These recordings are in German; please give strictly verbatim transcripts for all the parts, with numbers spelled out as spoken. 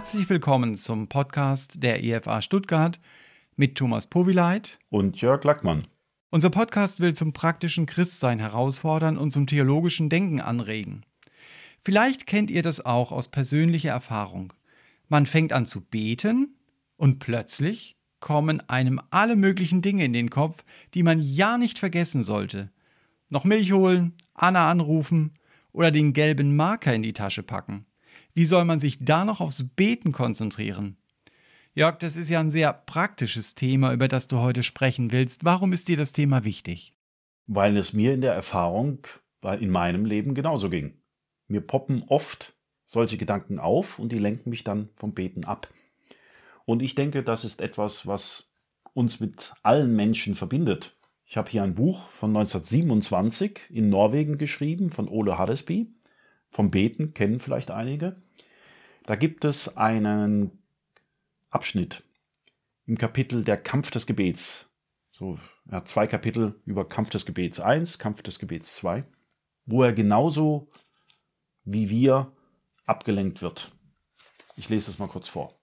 Herzlich willkommen zum Podcast der I F A Stuttgart mit Thomas Powileit und Jörg Lackmann. Unser Podcast will zum praktischen Christsein herausfordern und zum theologischen Denken anregen. Vielleicht kennt ihr das auch aus persönlicher Erfahrung. Man fängt an zu beten und plötzlich kommen einem alle möglichen Dinge in den Kopf, die man ja nicht vergessen sollte. Noch Milch holen, Anna anrufen oder den gelben Marker in die Tasche packen. Wie soll man sich da noch aufs Beten konzentrieren? Jörg, das ist ja ein sehr praktisches Thema, über das du heute sprechen willst. Warum ist dir das Thema wichtig? Weil es mir in der Erfahrung in meinem Leben genauso ging. Mir poppen oft solche Gedanken auf und die lenken mich dann vom Beten ab. Und ich denke, das ist etwas, was uns mit allen Menschen verbindet. Ich habe hier ein Buch von neunzehnhundertsiebenundzwanzig in Norwegen geschrieben, von Ole Hallesby. Vom Beten kennen vielleicht einige. Da gibt es einen Abschnitt im Kapitel Der Kampf des Gebets. So, er hat zwei Kapitel über Kampf des Gebets eins, Kampf des Gebets zwei, wo er genauso wie wir abgelenkt wird. Ich lese das mal kurz vor.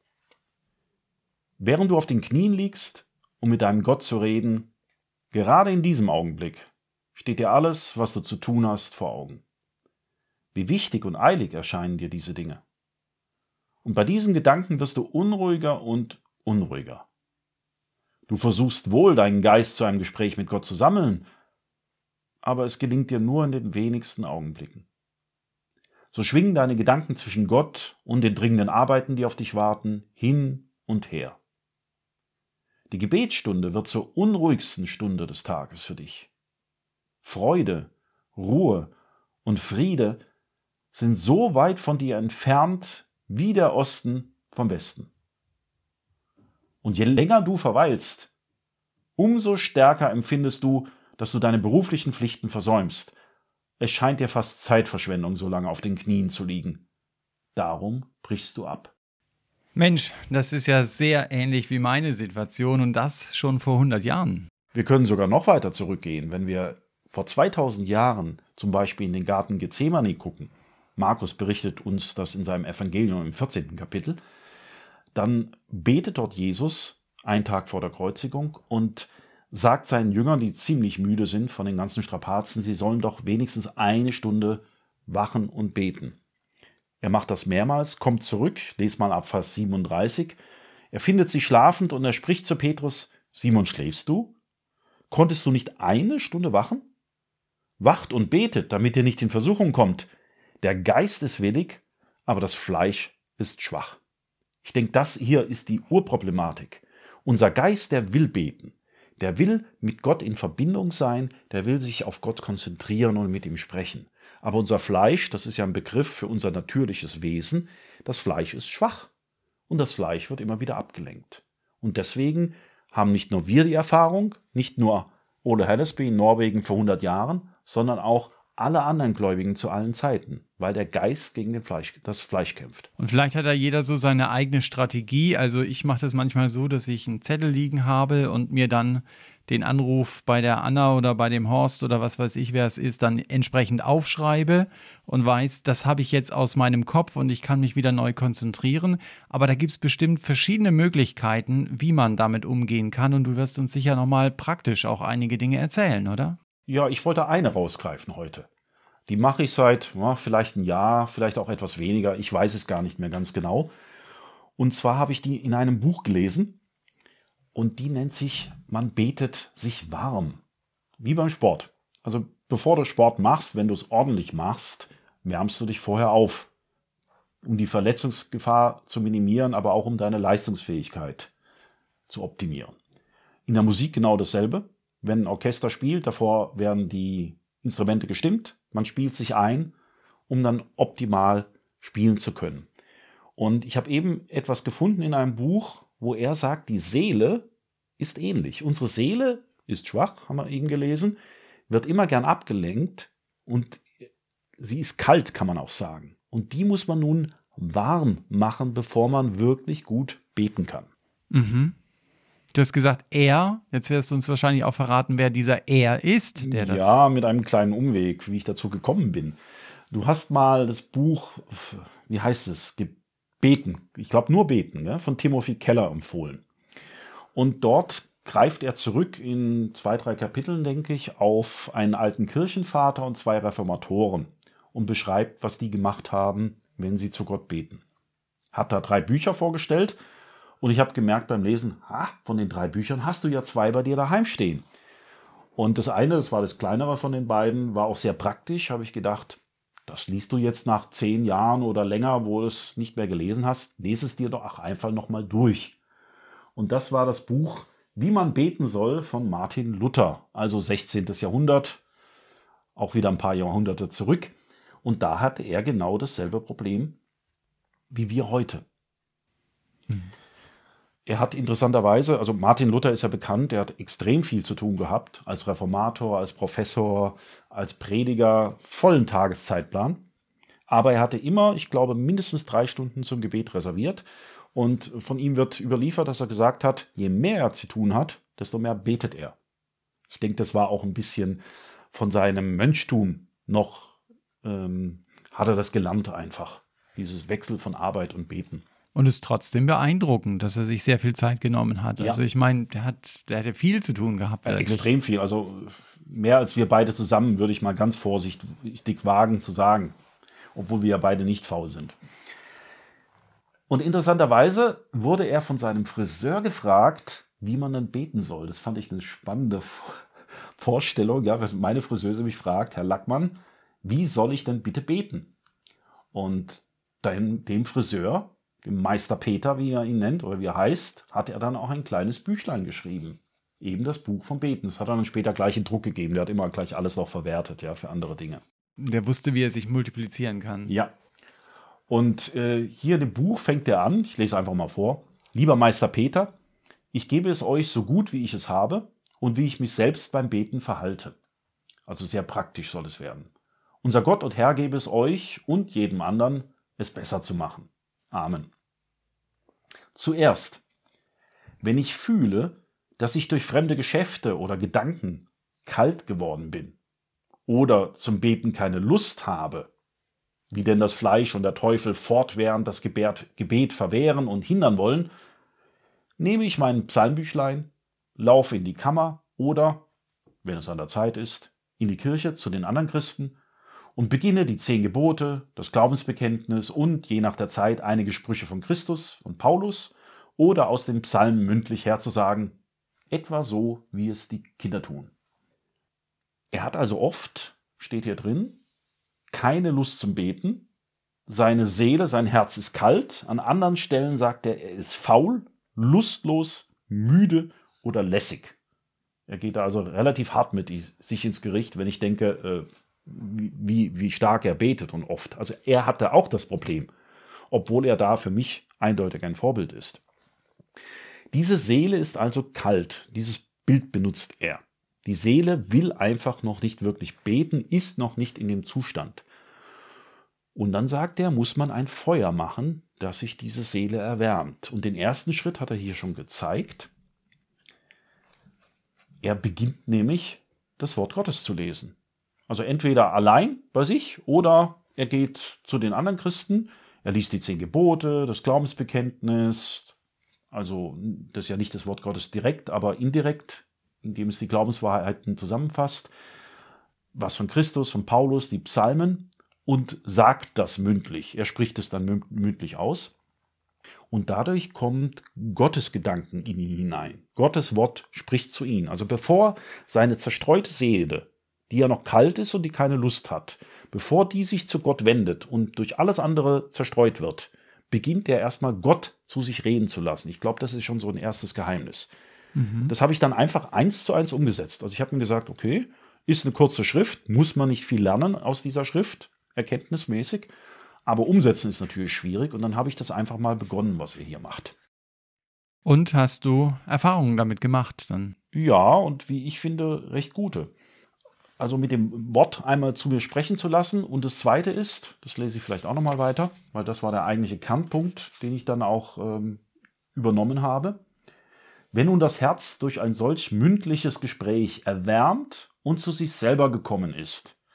Während du auf den Knien liegst, um mit deinem Gott zu reden, gerade in diesem Augenblick steht dir alles, was du zu tun hast, vor Augen. Wie wichtig und eilig erscheinen dir diese Dinge. Und bei diesen Gedanken wirst du unruhiger und unruhiger. Du versuchst wohl, deinen Geist zu einem Gespräch mit Gott zu sammeln, aber es gelingt dir nur in den wenigsten Augenblicken. So schwingen deine Gedanken zwischen Gott und den dringenden Arbeiten, die auf dich warten, hin und her. Die Gebetsstunde wird zur unruhigsten Stunde des Tages für dich. Freude, Ruhe und Friede sind so weit von dir entfernt wie der Osten vom Westen. Und je länger du verweilst, umso stärker empfindest du, dass du deine beruflichen Pflichten versäumst. Es scheint dir fast Zeitverschwendung, so lange auf den Knien zu liegen. Darum brichst du ab. Mensch, das ist ja sehr ähnlich wie meine Situation und das schon vor hundert Jahren. Wir können sogar noch weiter zurückgehen, wenn wir vor zweitausend Jahren zum Beispiel in den Garten Gethsemane gucken. Markus berichtet uns das in seinem Evangelium im vierzehnten Kapitel. Dann betet dort Jesus einen Tag vor der Kreuzigung und sagt seinen Jüngern, die ziemlich müde sind von den ganzen Strapazen, sie sollen doch wenigstens eine Stunde wachen und beten. Er macht das mehrmals, kommt zurück, les mal ab Vers siebenunddreißig. Er findet sie schlafend und er spricht zu Petrus: Simon, schläfst du? Konntest du nicht eine Stunde wachen? Wacht und betet, damit ihr nicht in Versuchung kommt. Der Geist ist willig, aber das Fleisch ist schwach. Ich denke, das hier ist die Urproblematik. Unser Geist, der will beten. Der will mit Gott in Verbindung sein, der will sich auf Gott konzentrieren und mit ihm sprechen. Aber unser Fleisch, das ist ja ein Begriff für unser natürliches Wesen, das Fleisch ist schwach. Und das Fleisch wird immer wieder abgelenkt. Und deswegen haben nicht nur wir die Erfahrung, nicht nur Ole Hallesby in Norwegen vor hundert Jahren, sondern auch alle anderen Gläubigen zu allen Zeiten, weil der Geist gegen den Fleisch, das Fleisch kämpft. Und vielleicht hat da jeder so seine eigene Strategie. Also ich mache das manchmal so, dass ich einen Zettel liegen habe und mir dann den Anruf bei der Anna oder bei dem Horst oder was weiß ich, wer es ist, dann entsprechend aufschreibe und weiß, das habe ich jetzt aus meinem Kopf und ich kann mich wieder neu konzentrieren. Aber da gibt es bestimmt verschiedene Möglichkeiten, wie man damit umgehen kann. Und du wirst uns sicher nochmal praktisch auch einige Dinge erzählen, oder? Ja, ich wollte eine rausgreifen heute. Die mache ich seit ja, vielleicht ein Jahr, vielleicht auch etwas weniger. Ich weiß es gar nicht mehr ganz genau. Und zwar habe ich die in einem Buch gelesen und die nennt sich Man betet sich warm. Wie beim Sport. Also bevor du Sport machst, wenn du es ordentlich machst, wärmst du dich vorher auf, um die Verletzungsgefahr zu minimieren, aber auch um deine Leistungsfähigkeit zu optimieren. In der Musik genau dasselbe. Wenn ein Orchester spielt, davor werden die Instrumente gestimmt, man spielt sich ein, um dann optimal spielen zu können. Und ich habe eben etwas gefunden in einem Buch, wo er sagt, die Seele ist ähnlich. Unsere Seele ist schwach, haben wir eben gelesen, wird immer gern abgelenkt und sie ist kalt, kann man auch sagen. Und die muss man nun warm machen, bevor man wirklich gut beten kann. Mhm. Du hast gesagt, er. Jetzt wirst du uns wahrscheinlich auch verraten, wer dieser er ist, der das... Ja, mit einem kleinen Umweg, wie ich dazu gekommen bin. Du hast mal das Buch, wie heißt es, Beten, ich glaube nur Beten, ne, von Timothy Keller empfohlen. Und dort greift er zurück in zwei, drei Kapiteln, denke ich, auf einen alten Kirchenvater und zwei Reformatoren und beschreibt, was die gemacht haben, wenn sie zu Gott beten. Hat da drei Bücher vorgestellt und ich habe gemerkt beim Lesen, ha, von den drei Büchern hast du ja zwei bei dir daheim stehen. Und das eine, das war das kleinere von den beiden, war auch sehr praktisch, habe ich gedacht, das liest du jetzt nach zehn Jahren oder länger, wo du es nicht mehr gelesen hast, lese es dir doch auch einfach nochmal durch. Und das war das Buch Wie man beten soll von Martin Luther, also sechzehntes Jahrhundert, auch wieder ein paar Jahrhunderte zurück. Und da hatte er genau dasselbe Problem wie wir heute. Mhm. Er hat interessanterweise, also Martin Luther ist ja bekannt, er hat extrem viel zu tun gehabt, als Reformator, als Professor, als Prediger, vollen Tageszeitplan. Aber er hatte immer, ich glaube, mindestens drei Stunden zum Gebet reserviert. Und von ihm wird überliefert, dass er gesagt hat, je mehr er zu tun hat, desto mehr betet er. Ich denke, das war auch ein bisschen von seinem Mönchtum noch, ähm, hat er das gelernt einfach. Dieses Wechsel von Arbeit und Beten. Und es ist trotzdem beeindruckend, dass er sich sehr viel Zeit genommen hat. Ja. Also ich meine, der hat, der hat ja viel zu tun gehabt. Ja, extrem viel. Also mehr als wir beide zusammen, würde ich mal ganz vorsichtig wagen zu sagen. Obwohl wir ja beide nicht faul sind. Und interessanterweise wurde er von seinem Friseur gefragt, wie man dann beten soll. Das fand ich eine spannende Vorstellung. Ja, wenn meine Friseuse mich fragt, Herr Lackmann, wie soll ich denn bitte beten? Und dem, dem Friseur, dem Meister Peter, wie er ihn nennt oder wie er heißt, hat er dann auch ein kleines Büchlein geschrieben. Eben das Buch vom Beten. Das hat er dann später gleich in Druck gegeben. Der hat immer gleich alles noch verwertet, ja, für andere Dinge. Der wusste, wie er sich multiplizieren kann. Ja. Und äh, hier in dem Buch fängt er an, ich lese einfach mal vor. Lieber Meister Peter, ich gebe es euch so gut, wie ich es habe und wie ich mich selbst beim Beten verhalte. Also sehr praktisch soll es werden. Unser Gott und Herr gebe es euch und jedem anderen, es besser zu machen. Amen. Zuerst, wenn ich fühle, dass ich durch fremde Geschäfte oder Gedanken kalt geworden bin oder zum Beten keine Lust habe, wie denn das Fleisch und der Teufel fortwährend das Gebet verwehren und hindern wollen, nehme ich mein Psalmbüchlein, laufe in die Kammer oder, wenn es an der Zeit ist, in die Kirche zu den anderen Christen und beginne die zehn Gebote, das Glaubensbekenntnis und je nach der Zeit einige Sprüche von Christus und Paulus oder aus den Psalmen mündlich herzusagen, etwa so, wie es die Kinder tun. Er hat also oft, steht hier drin, keine Lust zum Beten, seine Seele, sein Herz ist kalt, an anderen Stellen sagt er, er ist faul, lustlos, müde oder lässig. Er geht da also relativ hart mit sich ins Gericht, wenn ich denke, äh, wie, wie stark er betet und oft. Also er hatte auch das Problem, obwohl er da für mich eindeutig ein Vorbild ist. Diese Seele ist also kalt, dieses Bild benutzt er. Die Seele will einfach noch nicht wirklich beten, ist noch nicht in dem Zustand. Und dann sagt er, muss man ein Feuer machen, dass sich diese Seele erwärmt. Und den ersten Schritt hat er hier schon gezeigt. Er beginnt nämlich, das Wort Gottes zu lesen. Also entweder allein bei sich oder er geht zu den anderen Christen. Er liest die zehn Gebote, das Glaubensbekenntnis. Also das ist ja nicht das Wort Gottes direkt, aber indirekt, indem es die Glaubenswahrheiten zusammenfasst. Was von Christus, von Paulus, die Psalmen und sagt das mündlich. Er spricht es dann mündlich aus. Und dadurch kommt Gottes Gedanken in ihn hinein. Gottes Wort spricht zu ihm. Also bevor seine zerstreute Seele, die ja noch kalt ist und die keine Lust hat, bevor die sich zu Gott wendet und durch alles andere zerstreut wird, beginnt er erstmal Gott zu sich reden zu lassen. Ich glaube, das ist schon so ein erstes Geheimnis. Mhm. Das habe ich dann einfach eins zu eins umgesetzt. Also ich habe mir gesagt, okay, ist eine kurze Schrift, muss man nicht viel lernen aus dieser Schrift, erkenntnismäßig, aber umsetzen ist natürlich schwierig und dann habe ich das einfach mal begonnen, was er hier macht. Und hast du Erfahrungen damit gemacht dann? Ja, und wie ich finde, recht gute. Also mit dem Wort einmal zu mir sprechen zu lassen. Und das Zweite ist, das lese ich vielleicht auch nochmal weiter, weil das war der eigentliche Kernpunkt, den ich dann auch ähm, übernommen habe. Wenn nun das Herz durch ein solch mündliches Gespräch erwärmt und zu sich selber gekommen ist,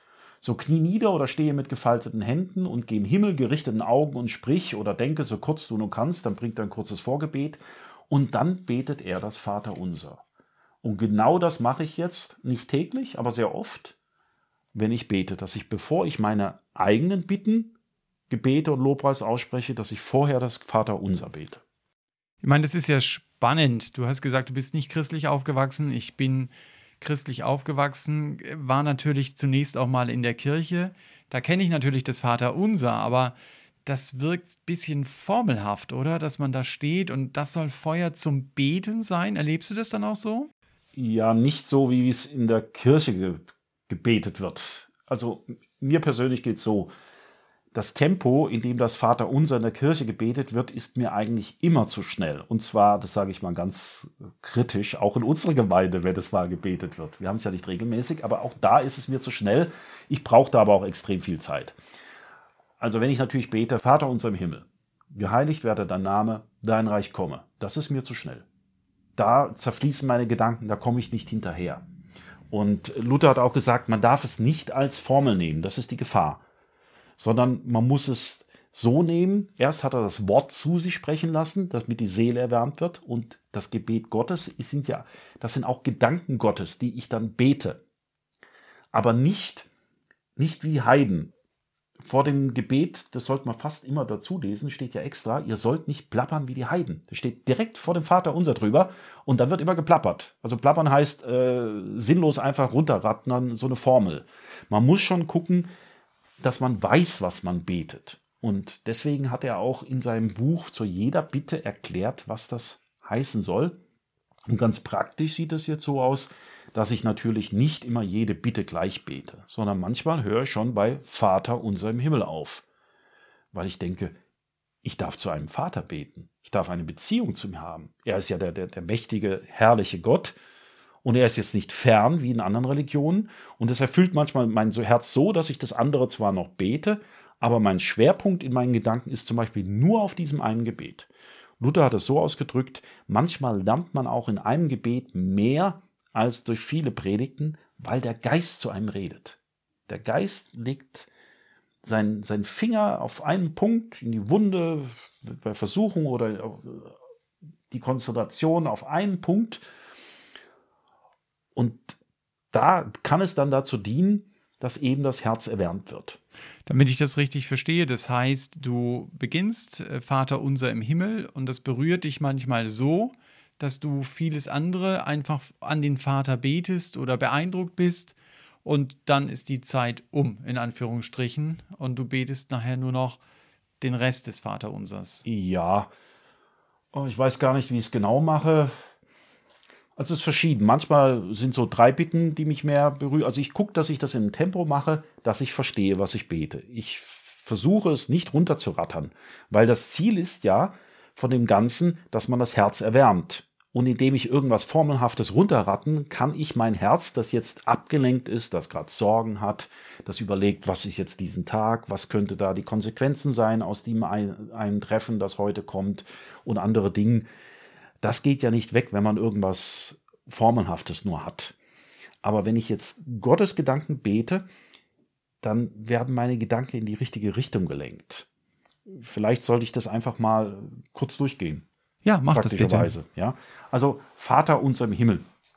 So knie nieder oder stehe mit gefalteten Händen und geh in Himmel gerichteten Augen und sprich oder denke, so kurz du nur kannst, dann bringt er ein kurzes Vorgebet und dann betet er das Vaterunser. Und genau das mache ich jetzt, nicht täglich, aber sehr oft, wenn ich bete, dass ich, bevor ich meine eigenen Bitten, Gebete und Lobpreis ausspreche, dass ich vorher das Vaterunser bete. Ich meine, das ist ja spannend. Du hast gesagt, du bist nicht christlich aufgewachsen. Ich bin christlich aufgewachsen, war natürlich zunächst auch mal in der Kirche. Da kenne ich natürlich das Vaterunser, aber das wirkt ein bisschen formelhaft, oder? Dass man da steht und das soll Feuer zum Beten sein. Erlebst du das dann auch so? Ja, nicht so, wie es in der Kirche ge- gebetet wird. Also mir persönlich geht es so. Das Tempo, in dem das Vaterunser in der Kirche gebetet wird, ist mir eigentlich immer zu schnell. Und zwar, das sage ich mal ganz kritisch, auch in unserer Gemeinde, wenn es mal gebetet wird. Wir haben es ja nicht regelmäßig, aber auch da ist es mir zu schnell. Ich brauche da aber auch extrem viel Zeit. Also wenn ich natürlich bete, Vater unser im Himmel, geheiligt werde dein Name, dein Reich komme, das ist mir zu schnell. Da zerfließen meine Gedanken, da komme ich nicht hinterher. Und Luther hat auch gesagt, man darf es nicht als Formel nehmen, das ist die Gefahr. Sondern man muss es so nehmen, erst hat er das Wort zu sich sprechen lassen, damit die Seele erwärmt wird und das Gebet Gottes, sind ja, das sind auch Gedanken Gottes, die ich dann bete. Aber nicht, nicht wie Heiden. Vor dem Gebet, das sollte man fast immer dazu lesen, steht ja extra, ihr sollt nicht plappern wie die Heiden. Das steht direkt vor dem Vaterunser drüber und dann wird immer geplappert. Also plappern heißt äh, sinnlos einfach runterrattern, so eine Formel. Man muss schon gucken, dass man weiß, was man betet. Und deswegen hat er auch in seinem Buch zu jeder Bitte erklärt, was das heißen soll. Und ganz praktisch sieht es jetzt so aus, dass ich natürlich nicht immer jede Bitte gleich bete, sondern manchmal höre ich schon bei Vater unser im Himmel auf, weil ich denke, ich darf zu einem Vater beten. Ich darf eine Beziehung zu ihm haben. Er ist ja der, der, der mächtige, herrliche Gott. Und er ist jetzt nicht fern wie in anderen Religionen. Und es erfüllt manchmal mein Herz so, dass ich das andere zwar noch bete, aber mein Schwerpunkt in meinen Gedanken ist zum Beispiel nur auf diesem einen Gebet. Luther hat es so ausgedrückt, manchmal lernt man auch in einem Gebet mehr als durch viele Predigten, weil der Geist zu einem redet. Der Geist legt seinen, seinen Finger auf einen Punkt in die Wunde, bei Versuchung oder die Konzentration auf einen Punkt. Und da kann es dann dazu dienen, dass eben das Herz erwärmt wird. Damit ich das richtig verstehe, das heißt, du beginnst Vater unser im Himmel und das berührt dich manchmal so, dass du vieles andere einfach an den Vater betest oder beeindruckt bist und dann ist die Zeit um, in Anführungsstrichen, und du betest nachher nur noch den Rest des Vaterunsers. Ja, ich weiß gar nicht, wie ich es genau mache. Also es ist verschieden. Manchmal sind so drei Bitten, die mich mehr berühren. Also ich gucke, dass ich das in einem Tempo mache, dass ich verstehe, was ich bete. Ich versuche es nicht runterzurattern, weil das Ziel ist ja von dem Ganzen, dass man das Herz erwärmt. Und indem ich irgendwas Formelhaftes runterratten, kann ich mein Herz, das jetzt abgelenkt ist, das gerade Sorgen hat, das überlegt, was ist jetzt diesen Tag, was könnte da die Konsequenzen sein aus dem ein, einem Treffen, das heute kommt und andere Dinge. Das geht ja nicht weg, wenn man irgendwas Formelhaftes nur hat. Aber wenn ich jetzt Gottes Gedanken bete, dann werden meine Gedanken in die richtige Richtung gelenkt. Vielleicht sollte ich das einfach mal kurz durchgehen. Ja, mach das bitte. Praktischerweise, ja. Also Vater unser im Himmel,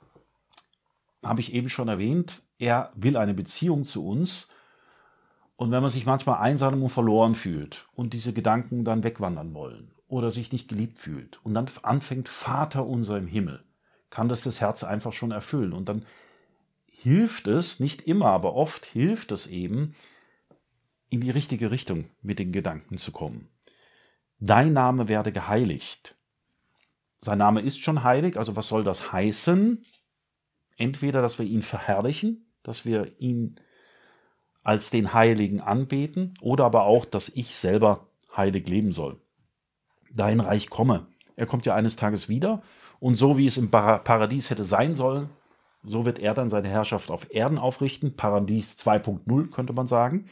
habe ich eben schon erwähnt, er will eine Beziehung zu uns. Und wenn man sich manchmal einsam und verloren fühlt und diese Gedanken dann wegwandern wollen oder sich nicht geliebt fühlt und dann anfängt Vater unser im Himmel, kann das das Herz einfach schon erfüllen. Und dann hilft es, nicht immer, aber oft hilft es eben, in die richtige Richtung mit den Gedanken zu kommen. Dein Name werde geheiligt. Sein Name ist schon heilig, also was soll das heißen? Entweder, dass wir ihn verherrlichen, dass wir ihn als den Heiligen anbeten, oder aber auch, dass ich selber heilig leben soll. Dein Reich komme. Er kommt ja eines Tages wieder und so wie es im Paradies hätte sein sollen, so wird er dann seine Herrschaft auf Erden aufrichten. Paradies zwei Punkt null könnte man sagen.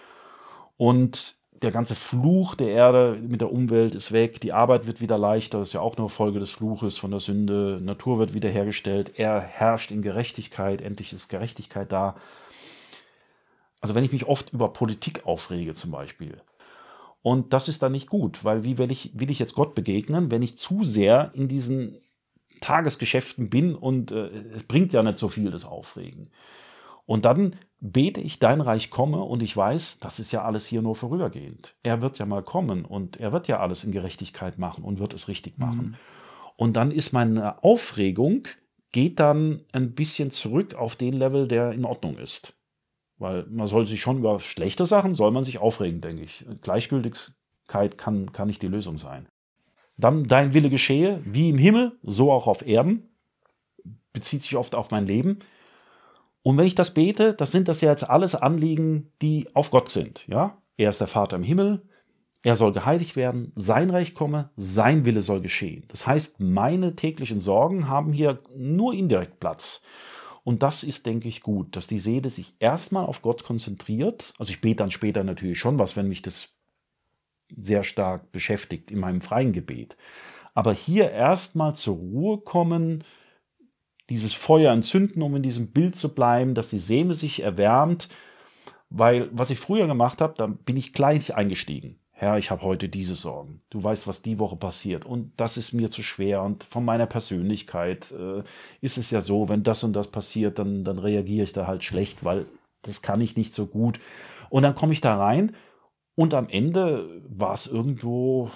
Und der ganze Fluch der Erde mit der Umwelt ist weg, die Arbeit wird wieder leichter, das ist ja auch nur Folge des Fluches von der Sünde, Natur wird wiederhergestellt, er herrscht in Gerechtigkeit, endlich ist Gerechtigkeit da. Also wenn ich mich oft über Politik aufrege zum Beispiel. Und das ist dann nicht gut, weil wie will ich, will ich jetzt Gott begegnen, wenn ich zu sehr in diesen Tagesgeschäften bin und äh, es bringt ja nicht so viel, das Aufregen. Und dann bete ich, dein Reich komme und ich weiß, das ist ja alles hier nur vorübergehend. Er wird ja mal kommen und er wird ja alles in Gerechtigkeit machen und wird es richtig machen. Mhm. Und dann ist meine Aufregung, geht dann ein bisschen zurück auf den Level, der in Ordnung ist. Weil man soll sich schon über schlechte Sachen, soll man sich aufregen, denke ich. Gleichgültigkeit kann, kann nicht die Lösung sein. Dann dein Wille geschehe, wie im Himmel, so auch auf Erden. Bezieht sich oft auf mein Leben. Und wenn ich das bete, das sind das ja jetzt alles Anliegen, die auf Gott sind. Ja? Er ist der Vater im Himmel, er soll geheiligt werden, sein Reich komme, sein Wille soll geschehen. Das heißt, meine täglichen Sorgen haben hier nur indirekt Platz. Und das ist, denke ich, gut, dass die Seele sich erstmal auf Gott konzentriert. Also ich bete dann später natürlich schon was, wenn mich das sehr stark beschäftigt in meinem freien Gebet. Aber hier erstmal zur Ruhe kommen, dieses Feuer entzünden, um in diesem Bild zu bleiben, dass die Seele sich erwärmt. Weil was ich früher gemacht habe, da bin ich gleich eingestiegen. Herr, ich habe heute diese Sorgen. Du weißt, was die Woche passiert. Und das ist mir zu schwer. Und von meiner Persönlichkeit äh, ist es ja so, wenn das und das passiert, dann, dann reagiere ich da halt schlecht, weil das kann ich nicht so gut. Und dann komme ich da rein und am Ende war es irgendwo,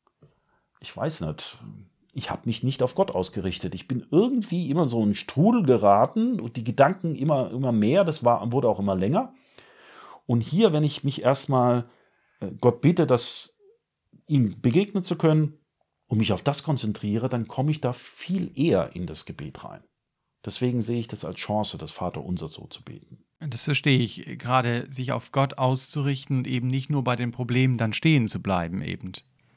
ich weiß nicht, ich habe mich nicht auf Gott ausgerichtet. Ich bin irgendwie immer so in einen Strudel geraten und die Gedanken immer, immer mehr. Das war, wurde auch immer länger. Und hier, wenn ich mich erstmal Gott bitte, dass ihm begegnen zu können und mich auf das konzentriere, dann komme ich da viel eher in das Gebet rein. Deswegen sehe ich das als Chance, das Vaterunser so zu beten. Das verstehe ich, gerade sich auf Gott auszurichten und eben nicht nur bei den Problemen dann stehen zu bleiben eben.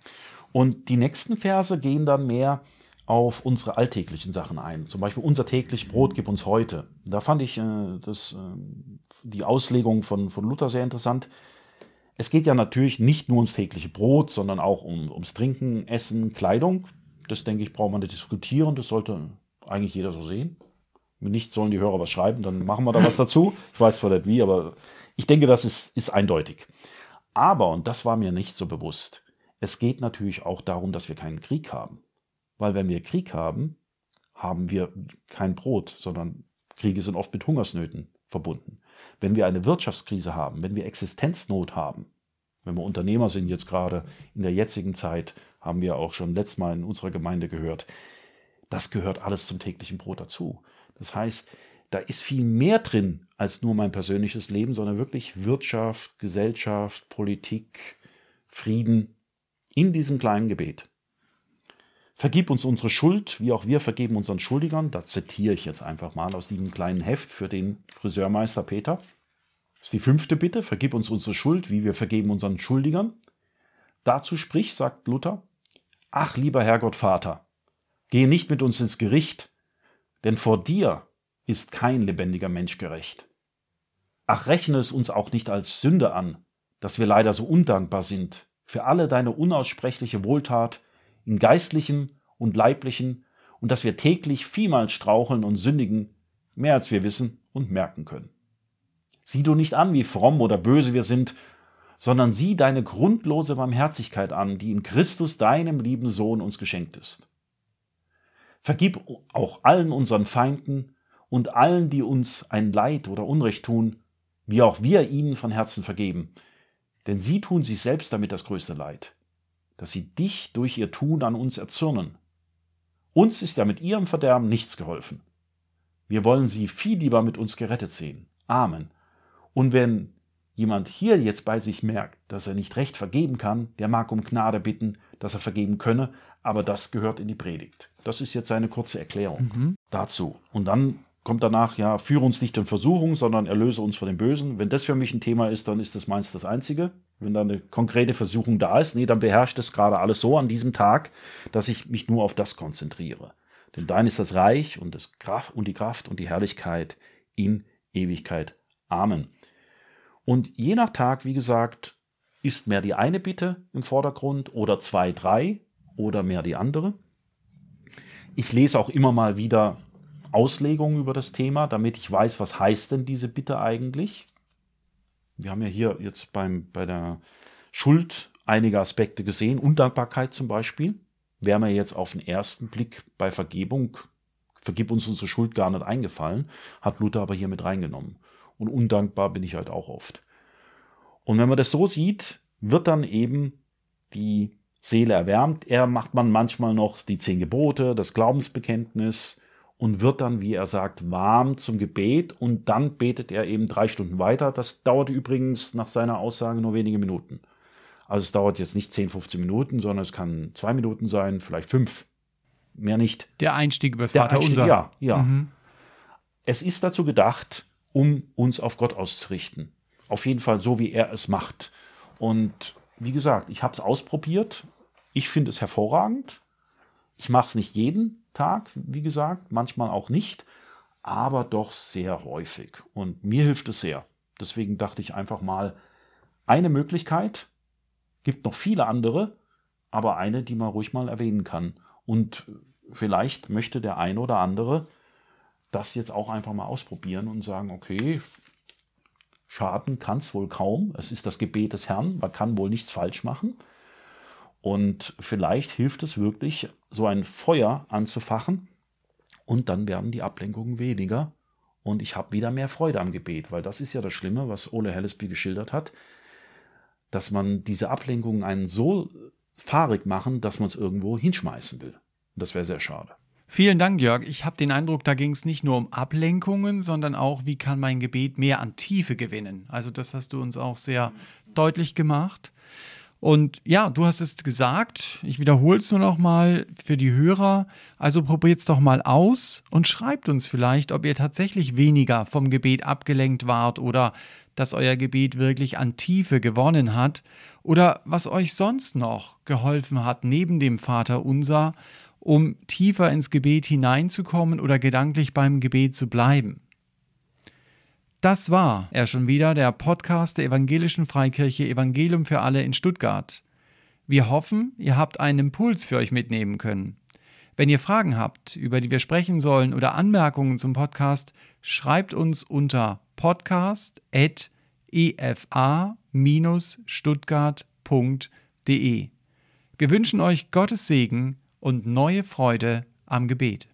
Und die nächsten Verse gehen dann mehr auf unsere alltäglichen Sachen ein. Zum Beispiel unser täglich Brot gib uns heute. Da fand ich äh, das, äh, die Auslegung von, von Luther sehr interessant. Es geht ja natürlich nicht nur ums tägliche Brot, sondern auch um, ums Trinken, Essen, Kleidung. Das, denke ich, braucht man nicht diskutieren. Das sollte eigentlich jeder so sehen. Wenn nicht, sollen die Hörer was schreiben, dann machen wir da was dazu. Ich weiß zwar nicht wie, aber ich denke, das ist, ist eindeutig. Aber, und das war mir nicht so bewusst, es geht natürlich auch darum, dass wir keinen Krieg haben. Weil wenn wir Krieg haben, haben wir kein Brot, sondern Kriege sind oft mit Hungersnöten verbunden. Wenn wir eine Wirtschaftskrise haben, wenn wir Existenznot haben, wenn wir Unternehmer sind jetzt gerade in der jetzigen Zeit, haben wir auch schon letztes Mal in unserer Gemeinde gehört, das gehört alles zum täglichen Brot dazu. Das heißt, da ist viel mehr drin als nur mein persönliches Leben, sondern wirklich Wirtschaft, Gesellschaft, Politik, Frieden in diesem kleinen Gebet. Vergib uns unsere Schuld, wie auch wir vergeben unseren Schuldigern. Da zitiere ich jetzt einfach mal aus diesem kleinen Heft für den Friseurmeister Peter. Das ist die fünfte Bitte. Vergib uns unsere Schuld, wie wir vergeben unseren Schuldigern. Dazu sprich, sagt Luther, ach, lieber Herrgott Vater, gehe nicht mit uns ins Gericht, denn vor dir ist kein lebendiger Mensch gerecht. Ach, rechne es uns auch nicht als Sünde an, dass wir leider so undankbar sind für alle deine unaussprechliche Wohltat in geistlichen und leiblichen und dass wir täglich vielmals straucheln und sündigen, mehr als wir wissen und merken können. Sieh du nicht an, wie fromm oder böse wir sind, sondern sieh deine grundlose Barmherzigkeit an, die in Christus, deinem lieben Sohn, uns geschenkt ist. Vergib auch allen unseren Feinden und allen, die uns ein Leid oder Unrecht tun, wie auch wir ihnen von Herzen vergeben, denn sie tun sich selbst damit das größte Leid, dass sie dich durch ihr Tun an uns erzürnen. Uns ist ja mit ihrem Verderben nichts geholfen. Wir wollen sie viel lieber mit uns gerettet sehen. Amen. Und wenn jemand hier jetzt bei sich merkt, dass er nicht recht vergeben kann, der mag um Gnade bitten, dass er vergeben könne, aber das gehört in die Predigt. Das ist jetzt eine kurze Erklärung mhm. dazu. Und dann kommt danach, ja, führe uns nicht in Versuchung, sondern erlöse uns von dem Bösen. Wenn das für mich ein Thema ist, dann ist das meins das Einzige. Wenn da eine konkrete Versuchung da ist, nee, dann beherrscht es gerade alles so an diesem Tag, dass ich mich nur auf das konzentriere. Denn dein ist das Reich und, das Kraft und die Kraft und die Herrlichkeit in Ewigkeit. Amen. Und je nach Tag, wie gesagt, ist mehr die eine Bitte im Vordergrund oder zwei, drei oder mehr die andere. Ich lese auch immer mal wieder Auslegungen über das Thema, damit ich weiß, was heißt denn diese Bitte eigentlich. Wir haben ja hier jetzt beim, bei der Schuld einige Aspekte gesehen, Undankbarkeit zum Beispiel. Wäre mir jetzt auf den ersten Blick bei Vergebung, vergib uns unsere Schuld, gar nicht eingefallen, hat Luther aber hier mit reingenommen. Und undankbar bin ich halt auch oft. Und wenn man das so sieht, wird dann eben die Seele erwärmt. Er macht man manchmal noch die zehn Gebote, das Glaubensbekenntnis und wird dann, wie er sagt, warm zum Gebet und dann betet er eben drei Stunden weiter. Das dauert übrigens nach seiner Aussage nur wenige Minuten. Also es dauert jetzt nicht zehn, fünfzehn Minuten, sondern es kann zwei Minuten sein, vielleicht fünf. Mehr nicht. Der Einstieg übers Der Vaterunser. Einstieg, ja, ja. Mhm. Es ist dazu gedacht, um uns auf Gott auszurichten. Auf jeden Fall so, wie er es macht. Und wie gesagt, ich habe es ausprobiert. Ich finde es hervorragend. Ich mache es nicht jeden Tag, wie gesagt, manchmal auch nicht, aber doch sehr häufig. Und mir hilft es sehr. Deswegen dachte ich einfach mal, eine Möglichkeit, gibt noch viele andere, aber eine, die man ruhig mal erwähnen kann. Und vielleicht möchte der eine oder andere das jetzt auch einfach mal ausprobieren und sagen, okay, schaden kann es wohl kaum. Es ist das Gebet des Herrn, man kann wohl nichts falsch machen. Und vielleicht hilft es wirklich, so ein Feuer anzufachen und dann werden die Ablenkungen weniger und ich habe wieder mehr Freude am Gebet, weil das ist ja das Schlimme, was Ole Hellesby geschildert hat, dass man diese Ablenkungen einen so fahrig machen, dass man es irgendwo hinschmeißen will. Das wäre sehr schade. Vielen Dank, Jörg. Ich habe den Eindruck, da ging es nicht nur um Ablenkungen, sondern auch, wie kann mein Gebet mehr an Tiefe gewinnen. Also das hast du uns auch sehr deutlich gemacht. Und ja, du hast es gesagt, ich wiederhole es nur noch mal für die Hörer. Also probiert es doch mal aus und schreibt uns vielleicht, ob ihr tatsächlich weniger vom Gebet abgelenkt wart oder dass euer Gebet wirklich an Tiefe gewonnen hat oder was euch sonst noch geholfen hat neben dem Vaterunser, um tiefer ins Gebet hineinzukommen oder gedanklich beim Gebet zu bleiben. Das war er schon wieder, der Podcast der Evangelischen Freikirche Evangelium für alle in Stuttgart. Wir hoffen, ihr habt einen Impuls für euch mitnehmen können. Wenn ihr Fragen habt, über die wir sprechen sollen oder Anmerkungen zum Podcast, schreibt uns unter podcast at e f a dash stuttgart punkt d e. Wir wünschen euch Gottes Segen und neue Freude am Gebet.